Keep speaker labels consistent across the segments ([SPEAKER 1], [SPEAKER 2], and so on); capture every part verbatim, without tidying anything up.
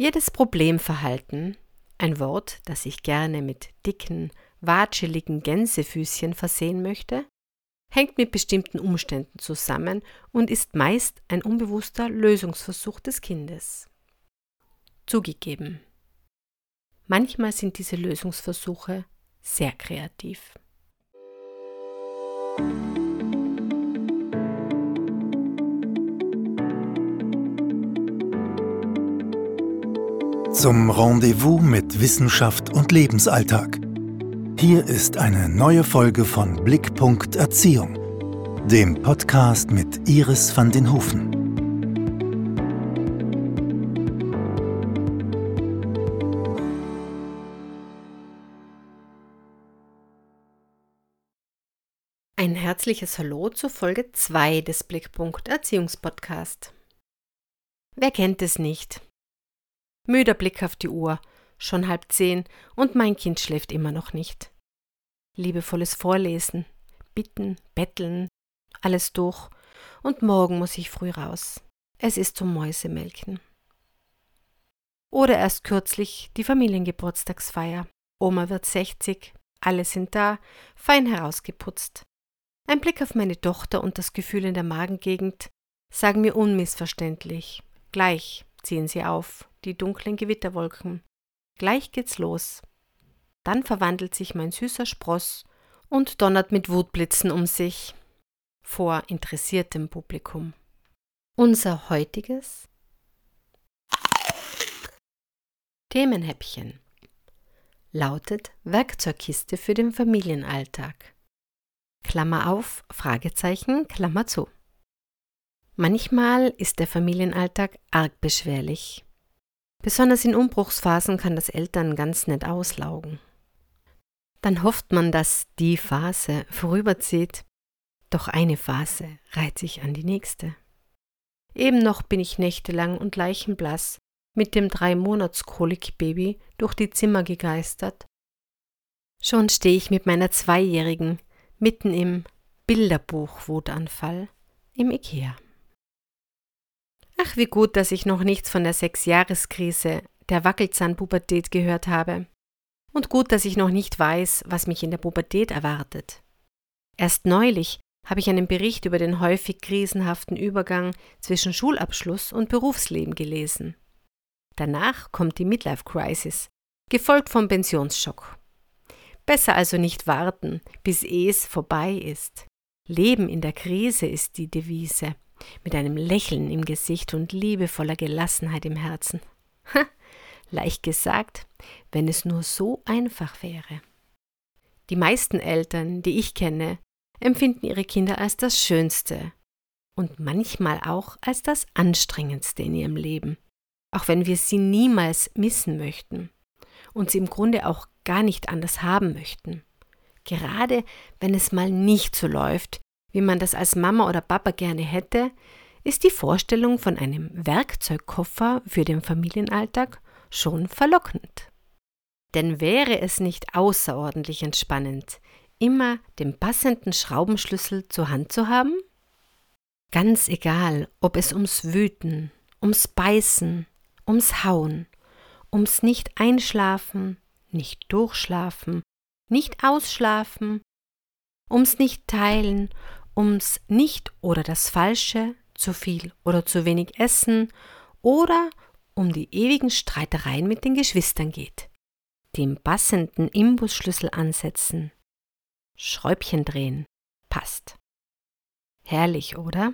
[SPEAKER 1] Jedes Problemverhalten, ein Wort, das ich gerne mit dicken, watscheligen Gänsefüßchen versehen möchte, hängt mit bestimmten Umständen zusammen und ist meist ein unbewusster Lösungsversuch des Kindes. Zugegeben, manchmal sind diese Lösungsversuche sehr kreativ.
[SPEAKER 2] Zum Rendezvous mit Wissenschaft und Lebensalltag. Hier ist eine neue Folge von Blickpunkt Erziehung, dem Podcast mit Iris van den Hoeven.
[SPEAKER 1] Ein herzliches Hallo zur Folge zwei des Blickpunkt Erziehungspodcast. Wer kennt es nicht? Müder Blick auf die Uhr, schon halb zehn und mein Kind schläft immer noch nicht. Liebevolles Vorlesen, Bitten, Betteln, alles durch und morgen muss ich früh raus. Es ist zum Mäusemelken. Oder erst kürzlich die Familiengeburtstagsfeier. Oma wird sechzig, alle sind da, fein herausgeputzt. Ein Blick auf meine Tochter und das Gefühl in der Magengegend sagen mir unmissverständlich: Gleich ziehen sie auf, die dunklen Gewitterwolken. Gleich geht's los. Dann verwandelt sich mein süßer Spross und donnert mit Wutblitzen um sich vor interessiertem Publikum. Unser heutiges Themenhäppchen lautet Werkzeugkiste für den Familienalltag. Klammer auf, Fragezeichen, Klammer zu. Manchmal ist der Familienalltag arg beschwerlich. Besonders in Umbruchsphasen kann das Eltern ganz nett auslaugen. Dann hofft man, dass die Phase vorüberzieht, doch eine Phase reiht sich an die nächste. Eben noch bin ich nächtelang und leichenblass mit dem Drei-Monats-Kolik-Baby durch die Zimmer gegeistert. Schon stehe ich mit meiner Zweijährigen mitten im Bilderbuch-Wutanfall im Ikea. Ach, wie gut, dass ich noch nichts von der Sechsjahreskrise, der Wackelzahnpubertät gehört habe. Und gut, dass ich noch nicht weiß, was mich in der Pubertät erwartet. Erst neulich habe ich einen Bericht über den häufig krisenhaften Übergang zwischen Schulabschluss und Berufsleben gelesen. Danach kommt die Midlife-Crisis, gefolgt vom Pensionsschock. Besser also nicht warten, bis es vorbei ist. Leben in der Krise ist die Devise, mit einem Lächeln im Gesicht und liebevoller Gelassenheit im Herzen. Ha, leicht gesagt, wenn es nur so einfach wäre. Die meisten Eltern, die ich kenne, empfinden ihre Kinder als das Schönste und manchmal auch als das Anstrengendste in ihrem Leben, auch wenn wir sie niemals missen möchten und sie im Grunde auch gar nicht anders haben möchten. Gerade wenn es mal nicht so läuft, wie man das als Mama oder Papa gerne hätte, ist die Vorstellung von einem Werkzeugkoffer für den Familienalltag schon verlockend. Denn wäre es nicht außerordentlich entspannend, immer den passenden Schraubenschlüssel zur Hand zu haben? Ganz egal, ob es ums Wüten, ums Beißen, ums Hauen, ums Nicht-Einschlafen, nicht durchschlafen, nicht ausschlafen, ums Nicht-Teilen, ums Nicht oder das Falsche, zu viel oder zu wenig Essen oder um die ewigen Streitereien mit den Geschwistern geht. Den passenden Imbusschlüssel ansetzen, Schräubchen drehen, passt. Herrlich, oder?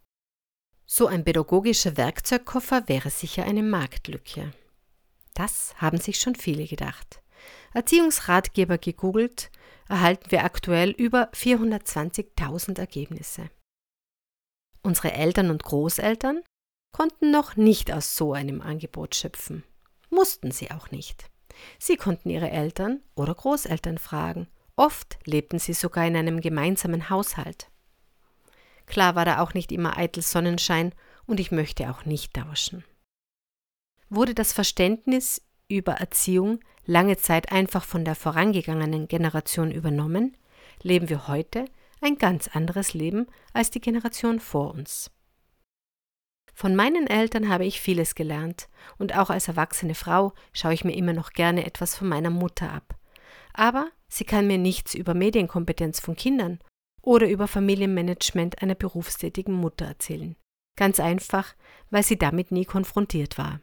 [SPEAKER 1] So ein pädagogischer Werkzeugkoffer wäre sicher eine Marktlücke. Das haben sich schon viele gedacht. Erziehungsratgeber gegoogelt, erhalten wir aktuell über vierhundertzwanzigtausend Ergebnisse. Unsere Eltern und Großeltern konnten noch nicht aus so einem Angebot schöpfen. Mussten sie auch nicht. Sie konnten ihre Eltern oder Großeltern fragen. Oft lebten sie sogar in einem gemeinsamen Haushalt. Klar war da auch nicht immer eitel Sonnenschein und ich möchte auch nicht tauschen. Wurde das Verständnis über Erziehung lange Zeit einfach von der vorangegangenen Generation übernommen, leben wir heute ein ganz anderes Leben als die Generation vor uns. Von meinen Eltern habe ich vieles gelernt und auch als erwachsene Frau schaue ich mir immer noch gerne etwas von meiner Mutter ab. Aber sie kann mir nichts über Medienkompetenz von Kindern oder über Familienmanagement einer berufstätigen Mutter erzählen. Ganz einfach, weil sie damit nie konfrontiert war.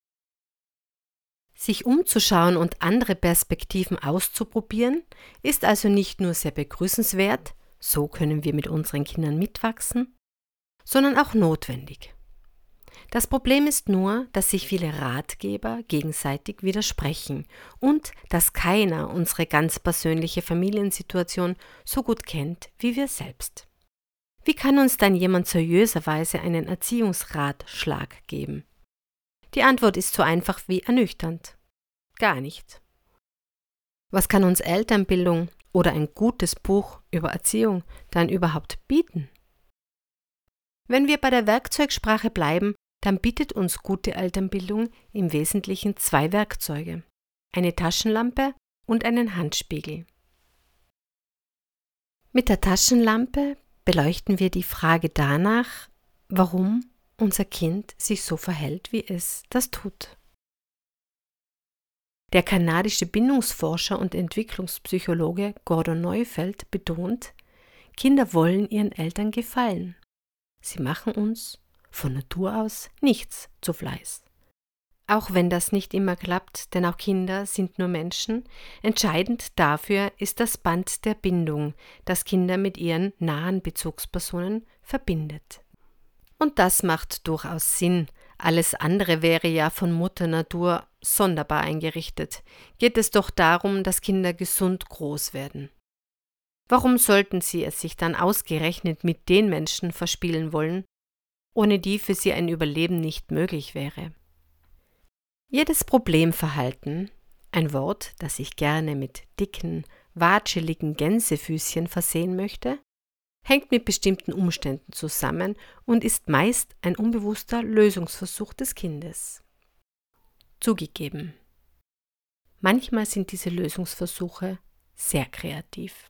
[SPEAKER 1] Sich umzuschauen und andere Perspektiven auszuprobieren, ist also nicht nur sehr begrüßenswert, so können wir mit unseren Kindern mitwachsen, sondern auch notwendig. Das Problem ist nur, dass sich viele Ratgeber gegenseitig widersprechen und dass keiner unsere ganz persönliche Familiensituation so gut kennt wie wir selbst. Wie kann uns dann jemand seriöserweise einen Erziehungsratschlag geben? Die Antwort ist so einfach wie ernüchternd. Gar nicht. Was kann uns Elternbildung oder ein gutes Buch über Erziehung dann überhaupt bieten? Wenn wir bei der Werkzeugsprache bleiben, dann bietet uns gute Elternbildung im Wesentlichen zwei Werkzeuge, eine Taschenlampe und einen Handspiegel. Mit der Taschenlampe beleuchten wir die Frage danach, warum unser Kind sich so verhält, wie es das tut. Der kanadische Bindungsforscher und Entwicklungspsychologe Gordon Neufeld betont, Kinder wollen ihren Eltern gefallen. Sie machen uns von Natur aus nichts zu Fleiß. Auch wenn das nicht immer klappt, denn auch Kinder sind nur Menschen, entscheidend dafür ist das Band der Bindung, das Kinder mit ihren nahen Bezugspersonen verbindet. Und das macht durchaus Sinn. Alles andere wäre ja von Mutter Natur sonderbar eingerichtet. Geht es doch darum, dass Kinder gesund groß werden. Warum sollten sie es sich dann ausgerechnet mit den Menschen verspielen wollen, ohne die für sie ein Überleben nicht möglich wäre? Jedes Problemverhalten, ein Wort, das ich gerne mit dicken, watscheligen Gänsefüßchen versehen möchte, hängt mit bestimmten Umständen zusammen und ist meist ein unbewusster Lösungsversuch des Kindes. Zugegeben, manchmal sind diese Lösungsversuche sehr kreativ.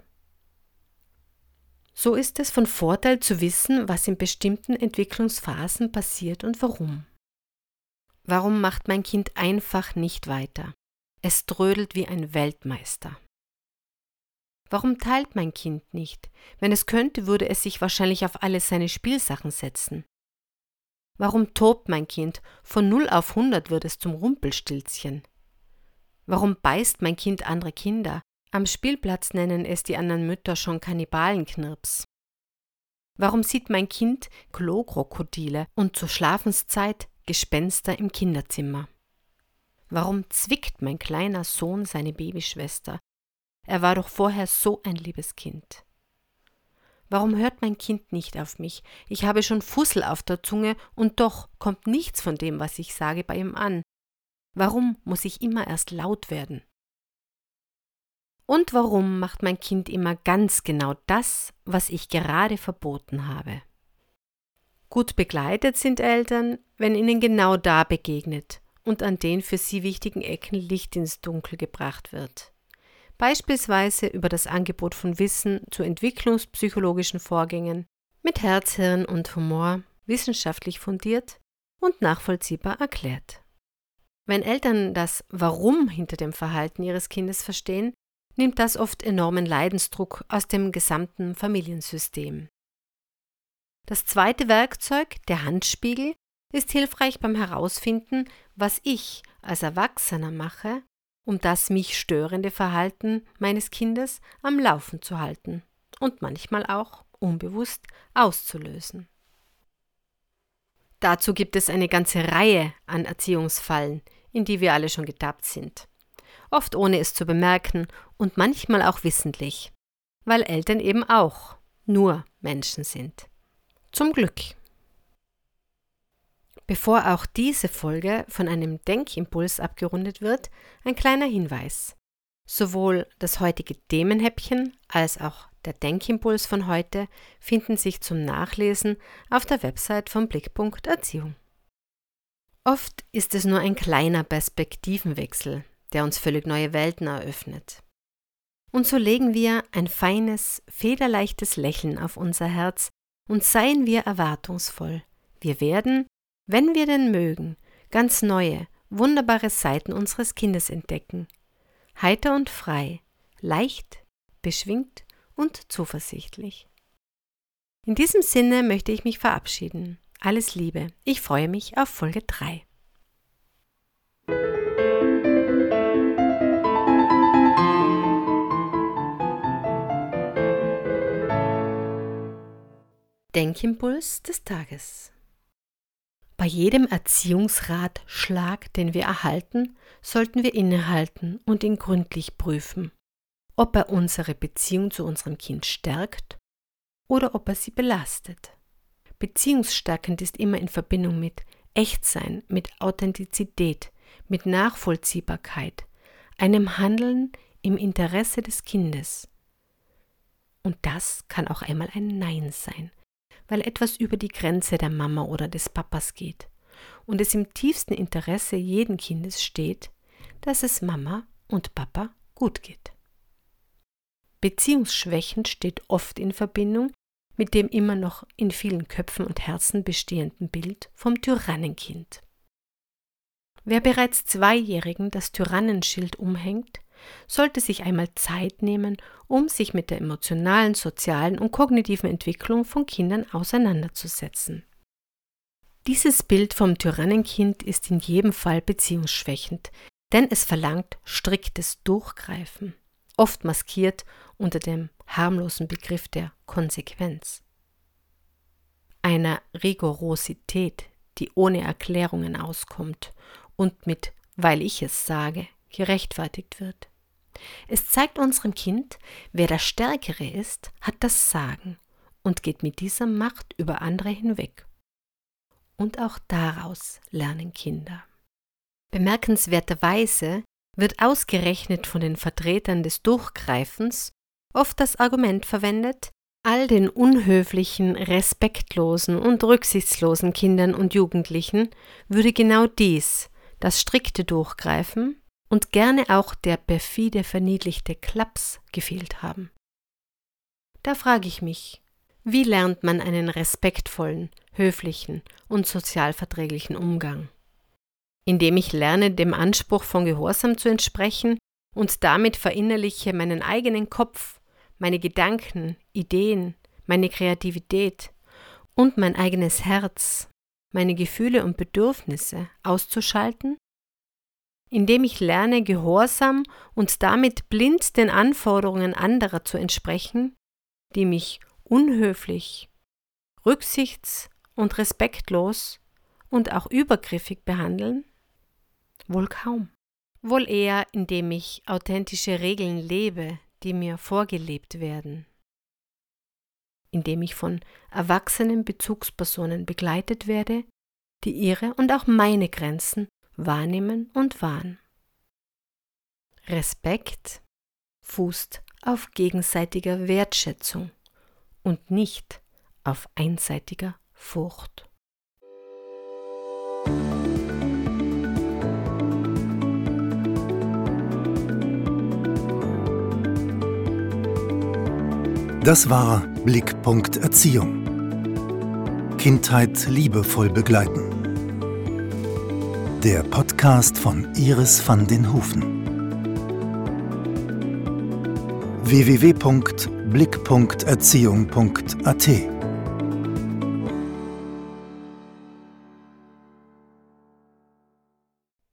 [SPEAKER 1] So ist es von Vorteil zu wissen, was in bestimmten Entwicklungsphasen passiert und warum. Warum macht mein Kind einfach nicht weiter? Es trödelt wie ein Weltmeister. Warum teilt mein Kind nicht? Wenn es könnte, würde es sich wahrscheinlich auf alle seine Spielsachen setzen. Warum tobt mein Kind? Von null auf hundert wird es zum Rumpelstilzchen. Warum beißt mein Kind andere Kinder? Am Spielplatz nennen es die anderen Mütter schon Kannibalenknirps. Warum sieht mein Kind Klokrokodile und zur Schlafenszeit Gespenster im Kinderzimmer? Warum zwickt mein kleiner Sohn seine Babyschwester? Er war doch vorher so ein liebes Kind. Warum hört mein Kind nicht auf mich? Ich habe schon Fussel auf der Zunge und doch kommt nichts von dem, was ich sage, bei ihm an. Warum muss ich immer erst laut werden? Und warum macht mein Kind immer ganz genau das, was ich gerade verboten habe? Gut begleitet sind Eltern, wenn ihnen genau da begegnet und an den für sie wichtigen Ecken Licht ins Dunkel gebracht wird. Beispielsweise über das Angebot von Wissen zu entwicklungspsychologischen Vorgängen, mit Herz, Hirn und Humor, wissenschaftlich fundiert und nachvollziehbar erklärt. Wenn Eltern das Warum hinter dem Verhalten ihres Kindes verstehen, nimmt das oft enormen Leidensdruck aus dem gesamten Familiensystem. Das zweite Werkzeug, der Handspiegel, ist hilfreich beim Herausfinden, was ich als Erwachsener mache, um das mich störende Verhalten meines Kindes am Laufen zu halten und manchmal auch unbewusst auszulösen. Dazu gibt es eine ganze Reihe an Erziehungsfallen, in die wir alle schon getappt sind. Oft ohne es zu bemerken und manchmal auch wissentlich, weil Eltern eben auch nur Menschen sind. Zum Glück. Bevor auch diese Folge von einem Denkimpuls abgerundet wird, ein kleiner Hinweis. Sowohl das heutige Themenhäppchen als auch der Denkimpuls von heute finden sich zum Nachlesen auf der Website von Blickpunkt Erziehung. Oft ist es nur ein kleiner Perspektivenwechsel, der uns völlig neue Welten eröffnet. Und so legen wir ein feines, federleichtes Lächeln auf unser Herz und seien wir erwartungsvoll. Wir werden, wenn wir denn mögen, ganz neue, wunderbare Seiten unseres Kindes entdecken. Heiter und frei, leicht, beschwingt und zuversichtlich. In diesem Sinne möchte ich mich verabschieden. Alles Liebe. Ich freue mich auf Folge drei. Denkimpuls des Tages. Bei jedem Erziehungsratschlag, den wir erhalten, sollten wir innehalten und ihn gründlich prüfen, ob er unsere Beziehung zu unserem Kind stärkt oder ob er sie belastet. Beziehungsstärkend ist immer in Verbindung mit Echtsein, mit Authentizität, mit Nachvollziehbarkeit, einem Handeln im Interesse des Kindes. Und das kann auch einmal ein Nein sein, weil etwas über die Grenze der Mama oder des Papas geht und es im tiefsten Interesse jeden Kindes steht, dass es Mama und Papa gut geht. Beziehungsschwächend steht oft in Verbindung mit dem immer noch in vielen Köpfen und Herzen bestehenden Bild vom Tyrannenkind. Wer bereits Zweijährigen das Tyrannenschild umhängt, sollte sich einmal Zeit nehmen, um sich mit der emotionalen, sozialen und kognitiven Entwicklung von Kindern auseinanderzusetzen. Dieses Bild vom Tyrannenkind ist in jedem Fall beziehungsschwächend, denn es verlangt striktes Durchgreifen, oft maskiert unter dem harmlosen Begriff der Konsequenz. Einer Rigorosität, die ohne Erklärungen auskommt und mit »weil ich es sage« gerechtfertigt wird. Es zeigt unserem Kind, wer der Stärkere ist, hat das Sagen und geht mit dieser Macht über andere hinweg. Und auch daraus lernen Kinder. Bemerkenswerterweise wird ausgerechnet von den Vertretern des Durchgreifens oft das Argument verwendet, all den unhöflichen, respektlosen und rücksichtslosen Kindern und Jugendlichen würde genau dies, das strikte Durchgreifen und gerne auch der perfide verniedlichte Klaps gefehlt haben. Da frage ich mich, wie lernt man einen respektvollen, höflichen und sozialverträglichen Umgang? Indem ich lerne, dem Anspruch von Gehorsam zu entsprechen und damit verinnerliche meinen eigenen Kopf, meine Gedanken, Ideen, meine Kreativität und mein eigenes Herz, meine Gefühle und Bedürfnisse auszuschalten? Indem ich lerne, gehorsam und damit blind den Anforderungen anderer zu entsprechen, die mich unhöflich, rücksichts- und respektlos und auch übergriffig behandeln? Wohl kaum. Wohl eher, indem ich authentische Regeln lebe, die mir vorgelebt werden. Indem ich von erwachsenen Bezugspersonen begleitet werde, die ihre und auch meine Grenzen wahrnehmen und wahren. Respekt fußt auf gegenseitiger Wertschätzung und nicht auf einseitiger Furcht.
[SPEAKER 2] Das war Blickpunkt Erziehung. Kindheit liebevoll begleiten. Der Podcast von Iris van den Hoeven. w w w punkt blick punkt erziehung punkt a t